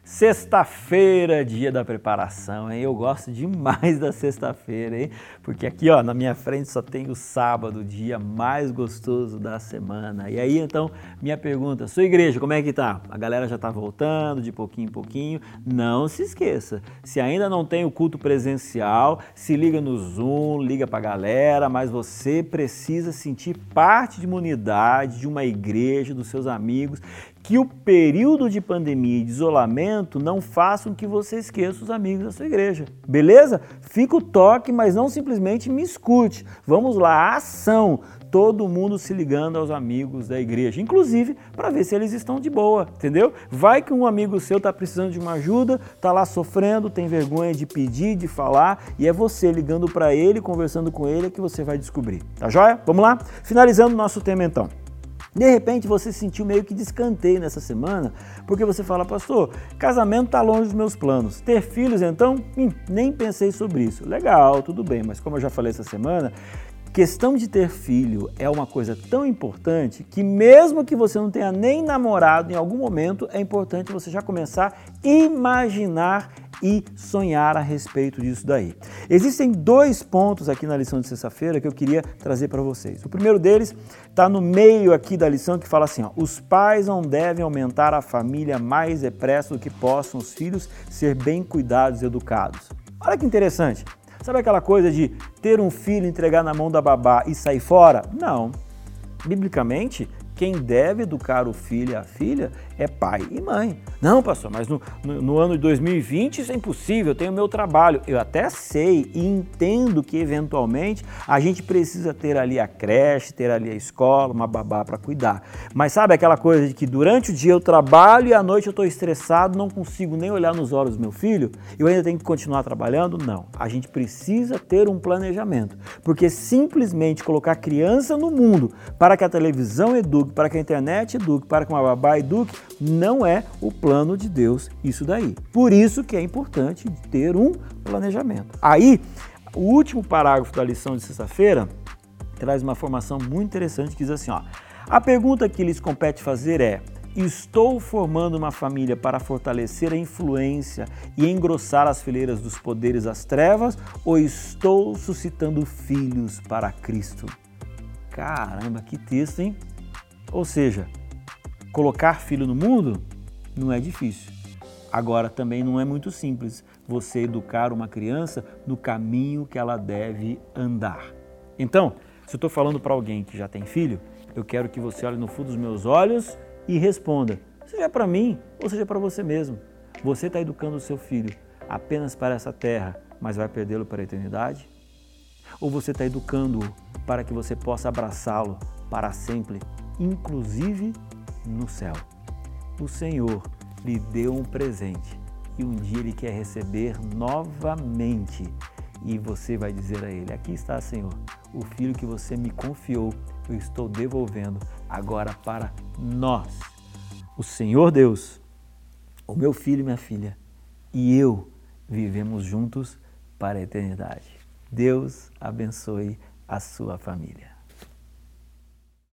Sexta-feira, dia da preparação, hein? Eu gosto demais da sexta-feira, hein? Porque aqui, ó, na minha frente só tem o sábado, o dia mais gostoso da semana. E aí, então, minha pergunta, sua igreja, como é que tá? A galera já tá voltando de pouquinho em pouquinho. Não se esqueça, se ainda não tem o culto presencial, se liga no Zoom, liga pra galera, mas você precisa sentir parte de uma unidade, de uma igreja, dos seus amigos, que o período de pandemia e de isolamento não façam que você esqueça os amigos da sua igreja, beleza? Fica o toque, mas não simplesmente me escute. Vamos lá, ação! Todo mundo se ligando aos amigos da igreja, inclusive para ver se eles estão de boa, entendeu? Vai que um amigo seu está precisando de uma ajuda, está lá sofrendo, tem vergonha de pedir, de falar, e é você ligando para ele, conversando com ele, que você vai descobrir, tá joia? Vamos lá? Finalizando o nosso tema então. De repente você se sentiu meio que de escanteio nessa semana, porque você fala, pastor, casamento está longe dos meus planos. Ter filhos, então, nem pensei sobre isso. Legal, tudo bem, mas como eu já falei essa semana, questão de ter filho é uma coisa tão importante que mesmo que você não tenha nem namorado em algum momento, é importante você já começar a imaginar e sonhar a respeito disso daí. Existem dois pontos aqui na lição de sexta-feira que eu queria trazer para vocês. O primeiro deles está no meio aqui da lição que fala assim, ó, os pais não devem aumentar a família mais depressa do que possam os filhos ser bem cuidados e educados. Olha que interessante. Sabe aquela coisa de ter um filho, entregar na mão da babá e sair fora? Não. Biblicamente, quem deve educar o filho e a filha é pai e mãe. Não, pastor, mas no ano de 2020 isso é impossível, eu tenho meu trabalho. Eu até sei e entendo que eventualmente a gente precisa ter ali a creche, ter ali a escola, uma babá para cuidar. Mas sabe aquela coisa de que durante o dia eu trabalho e à noite eu estou estressado, não consigo nem olhar nos olhos do meu filho, eu ainda tenho que continuar trabalhando? Não. A gente precisa ter um planejamento, porque simplesmente colocar criança no mundo para que a televisão eduque, para que a internet eduque, para que uma babá eduque, não é o plano de Deus isso daí. Por isso que é importante ter um planejamento. Aí, o último parágrafo da lição de sexta-feira traz uma informação muito interessante que diz assim, ó, a pergunta que lhes compete fazer é, estou formando uma família para fortalecer a influência e engrossar as fileiras dos poderes das trevas ou estou suscitando filhos para Cristo? Caramba, que texto, hein? Ou seja, colocar filho no mundo não é difícil. Agora, também não é muito simples você educar uma criança no caminho que ela deve andar. Então, se eu estou falando para alguém que já tem filho, eu quero que você olhe no fundo dos meus olhos e responda, seja para mim ou seja para você mesmo. Você está educando o seu filho apenas para essa terra, mas vai perdê-lo para a eternidade? Ou você está educando-o para que você possa abraçá-lo para sempre, inclusive no céu? O Senhor lhe deu um presente e um dia Ele quer receber novamente. E você vai dizer a Ele, aqui está, Senhor, o filho que você me confiou, eu estou devolvendo agora para nós. O Senhor Deus, o meu filho e minha filha, e eu vivemos juntos para a eternidade. Deus abençoe a sua família.